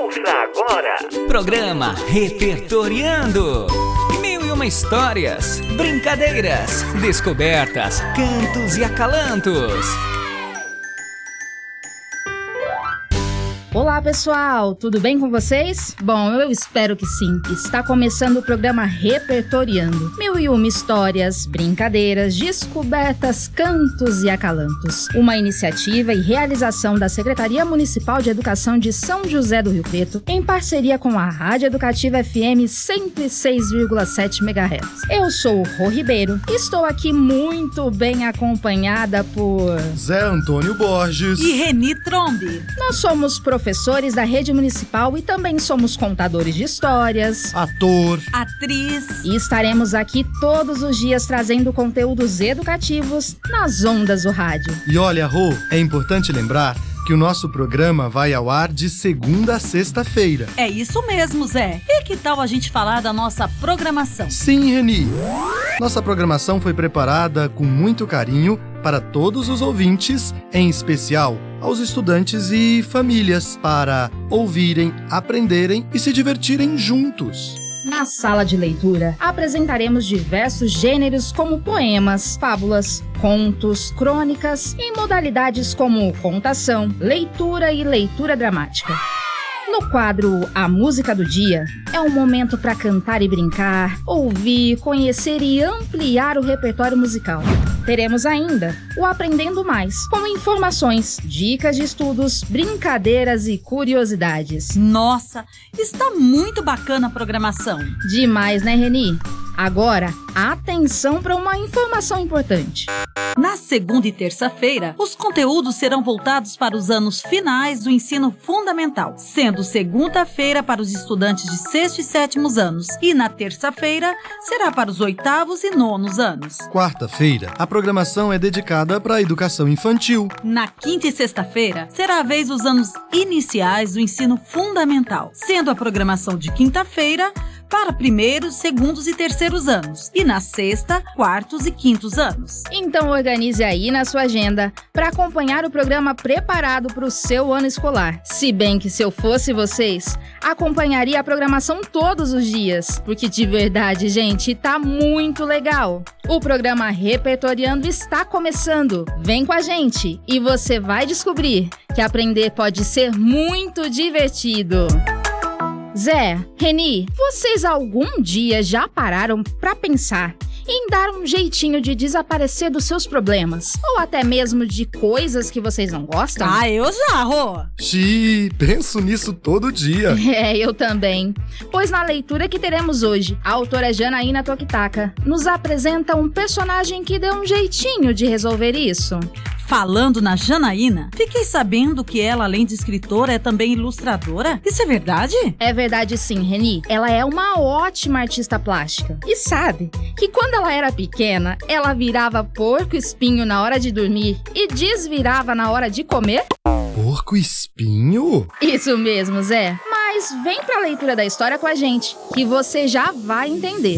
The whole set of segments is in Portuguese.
Ouça agora. Programa Repertoriando. 1001 histórias, brincadeiras, descobertas, cantos e acalantos. Olá pessoal, tudo bem com vocês? Bom, eu espero que sim. Está começando o programa Repertoriando. 1001 histórias, brincadeiras, descobertas, cantos e acalantos. Uma iniciativa e realização da Secretaria Municipal de Educação de São José do Rio Preto, em parceria com a Rádio Educativa FM 106,7 MHz. Eu sou o Rô Ribeiro e estou aqui muito bem acompanhada por Zé Antônio Borges e Reni Trombi. Nós somos professores da rede municipal e também somos contadores de histórias, ator, atriz, e estaremos aqui todos os dias trazendo conteúdos educativos nas ondas do rádio. E olha, Rô, é importante lembrar que o nosso programa vai ao ar de segunda a sexta-feira. É isso mesmo, Zé. E que tal a gente falar da nossa programação? Sim, Reni. Nossa programação foi preparada com muito carinho para todos os ouvintes, em especial aos estudantes e famílias, para ouvirem, aprenderem e se divertirem juntos. Na sala de leitura, apresentaremos diversos gêneros como poemas, fábulas, contos, crônicas, em modalidades como contação, leitura e leitura dramática. No quadro A Música do Dia, é um momento para cantar e brincar, ouvir, conhecer e ampliar o repertório musical. Teremos ainda o Aprendendo Mais, com informações, dicas de estudos, brincadeiras e curiosidades. Nossa, está muito bacana a programação. Demais, né, Reni? Agora, atenção para uma informação importante. Na segunda e terça-feira, os conteúdos serão voltados para os anos finais do ensino fundamental, sendo segunda-feira para os estudantes de 6º e 7º anos e na terça-feira será para os 8º e 9º anos. Quarta-feira, a programação é dedicada para a educação infantil. Na quinta e sexta-feira, será a vez dos anos iniciais do ensino fundamental, sendo a programação de quinta-feira para 1º, 2º e 3º anos e na sexta, 4º e 5º anos. Então organize aí na sua agenda para acompanhar o programa preparado para o seu ano escolar. Se bem que se eu fosse vocês, acompanharia a programação todos os dias, porque de verdade, gente, tá muito legal. O programa Repertoriando está começando. Vem com a gente e você vai descobrir que aprender pode ser muito divertido. Zé, Reni, vocês algum dia já pararam pra pensar em dar um jeitinho de desaparecer dos seus problemas? Ou até mesmo de coisas que vocês não gostam? Ah, eu já, Rô! Xiii, penso nisso todo dia. É, eu também. Pois na leitura que teremos hoje, a autora Janaína Tokitaka nos apresenta um personagem que deu um jeitinho de resolver isso. Falando na Janaína, fiquei sabendo que ela, além de escritora, é também ilustradora. Isso é verdade? É verdade sim, Reni. Ela é uma ótima artista plástica. E sabe que quando ela era pequena, ela virava porco-espinho na hora de dormir e desvirava na hora de comer? Porco-espinho? Isso mesmo, Zé. Mas vem pra leitura da história com a gente, que você já vai entender.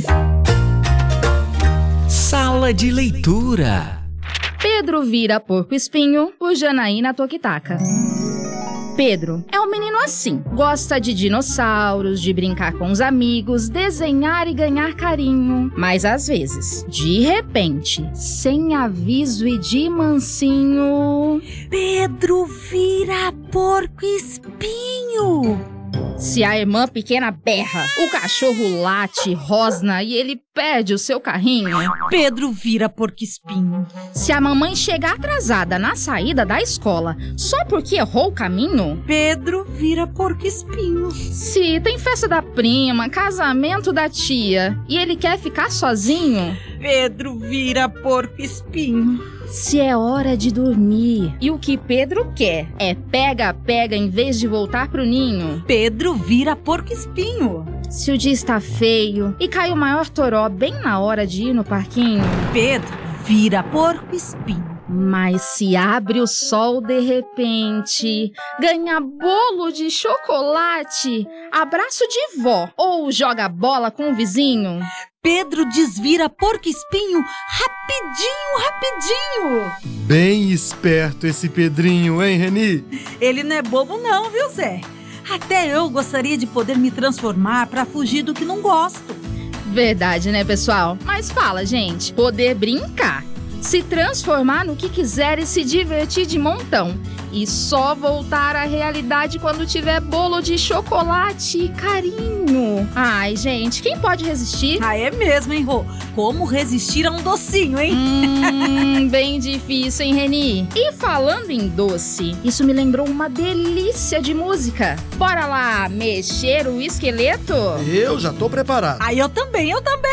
Sala de leitura. Pedro vira porco-espinho, por Janaína Tokitaka. Pedro é um menino assim, gosta de dinossauros, de brincar com os amigos, desenhar e ganhar carinho. Mas às vezes, de repente, sem aviso e de mansinho... Pedro vira porco-espinho! Se a irmã pequena berra, o cachorro late, rosna e ele perde o seu carrinho. Pedro vira porco-espinho. Se a mamãe chegar atrasada na saída da escola só porque errou o caminho. Pedro vira porco-espinho. Se tem festa da prima, casamento da tia e ele quer ficar sozinho. Pedro vira porco-espinho. Se é hora de dormir e o que Pedro quer é pega-pega em vez de voltar pro ninho. Pedro vira porco-espinho. Se o dia está feio e cai o maior toró bem na hora de ir no parquinho. Pedro vira porco-espinho. Mas se abre o sol de repente, ganha bolo de chocolate, abraço de vó ou joga bola com o vizinho. Pedro desvira porco-espinho rapidinho. Bem esperto esse Pedrinho, hein, Reni? Ele não é bobo não, viu, Zé? Até eu gostaria de poder me transformar para fugir do que não gosto. Verdade, né, pessoal? Mas fala, gente, poder brincar, se transformar no que quiser e se divertir de montão. E só voltar à realidade quando tiver bolo de chocolate e carinho. Ai, gente, quem pode resistir? Ah, é mesmo, hein, Rô? Como resistir a um docinho, hein? Bem difícil, hein, Reni? E falando em doce, isso me lembrou uma delícia de música. Bora lá mexer o esqueleto? Eu já tô preparado. Ah, eu também.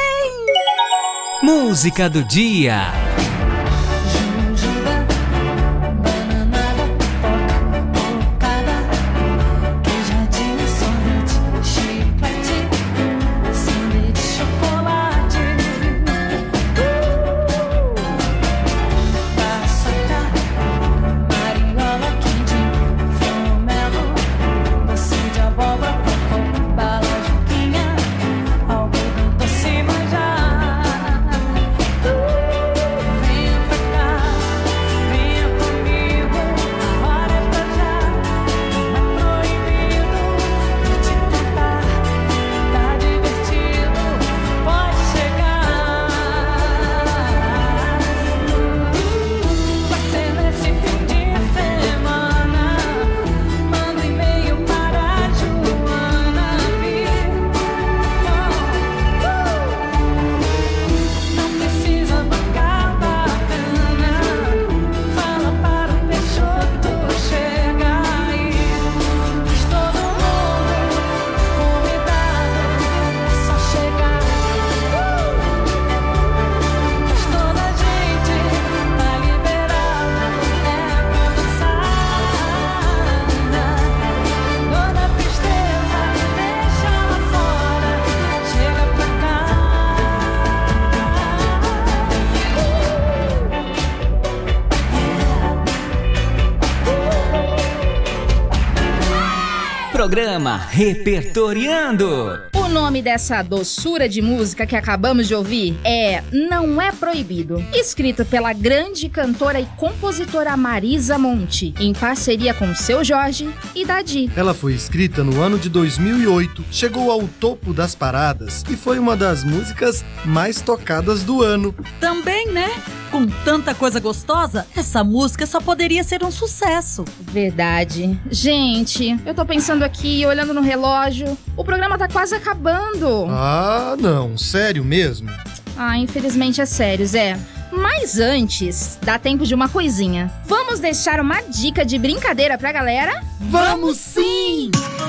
Música do dia. Programa Repertoriando. O nome dessa doçura de música que acabamos de ouvir é Não É Proibido, escrito pela grande cantora e compositora Marisa Monte, em parceria com Seu Jorge e Dadi. Ela foi escrita no ano de 2008, chegou ao topo das paradas e foi uma das músicas mais tocadas do ano. Também, né? Com tanta coisa gostosa, essa música só poderia ser um sucesso. Verdade. Gente, eu tô pensando aqui, olhando no relógio, o programa tá quase acabando. Ah, não, sério mesmo? Ah, infelizmente é sério, Zé. Mas antes, dá tempo de uma coisinha. Vamos deixar uma dica de brincadeira pra galera? Vamos sim!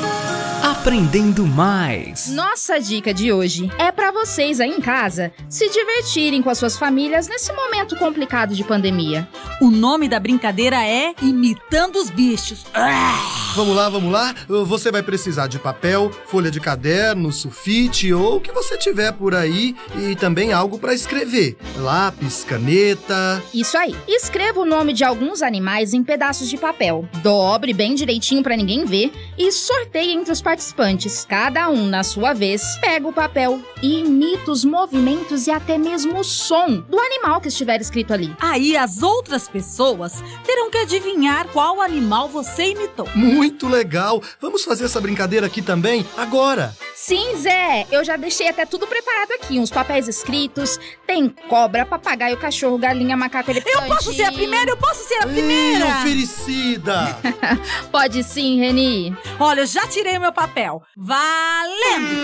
Aprendendo mais. Nossa dica de hoje é pra vocês aí em casa se divertirem com as suas famílias nesse momento complicado de pandemia. O nome da brincadeira é Imitando os Bichos. Vamos lá. Você vai precisar de papel, folha de caderno, sulfite ou o que você tiver por aí e também algo pra escrever. Lápis, caneta... Isso aí. Escreva o nome de alguns animais em pedaços de papel. Dobre bem direitinho pra ninguém ver e sorteie entre os participantes. Cada um, na sua vez, pega o papel e imita os movimentos e até mesmo o som do animal que estiver escrito ali. Aí as outras pessoas terão que adivinhar qual animal você imitou. Muito legal! Vamos fazer essa brincadeira aqui também, agora! Sim, Zé! Eu já deixei até tudo preparado aqui. Uns papéis escritos, tem cobra, papagaio, cachorro, galinha, macaco, elefante... Eu posso ser a primeira! Ei, oferecida! Pode sim, Reni. Olha, eu já tirei o meu papel. Valendo!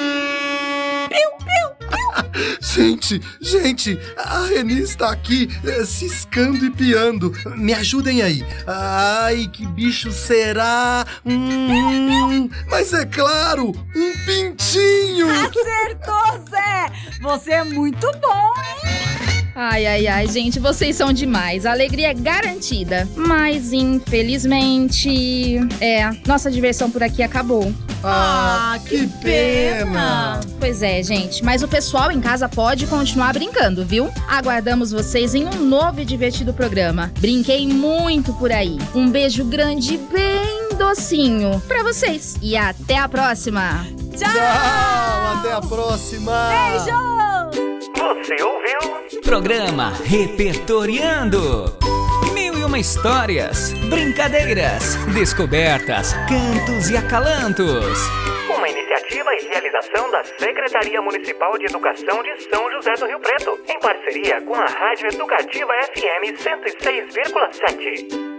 Piu, piu, piu. Gente, a Reni está aqui ciscando e piando. Me ajudem aí. Ai, que bicho será? Mas é claro, um pintinho! Acertou, Zé! Você é muito bom, hein? Ai, gente, vocês são demais. A alegria é garantida. Mas, infelizmente... nossa diversão por aqui acabou. Ah, que pena! Pois é, gente. Mas o pessoal em casa pode continuar brincando, viu? Aguardamos vocês em um novo e divertido programa. Brinquei muito por aí. Um beijo grande, bem docinho pra vocês. E até a próxima. Tchau! Até a próxima! Beijo! Você ouviu? Programa Repertoriando. 1001 histórias, brincadeiras, descobertas, cantos e acalantos. Uma iniciativa e realização da Secretaria Municipal de Educação de São José do Rio Preto, em parceria com a Rádio Educativa FM 106,7.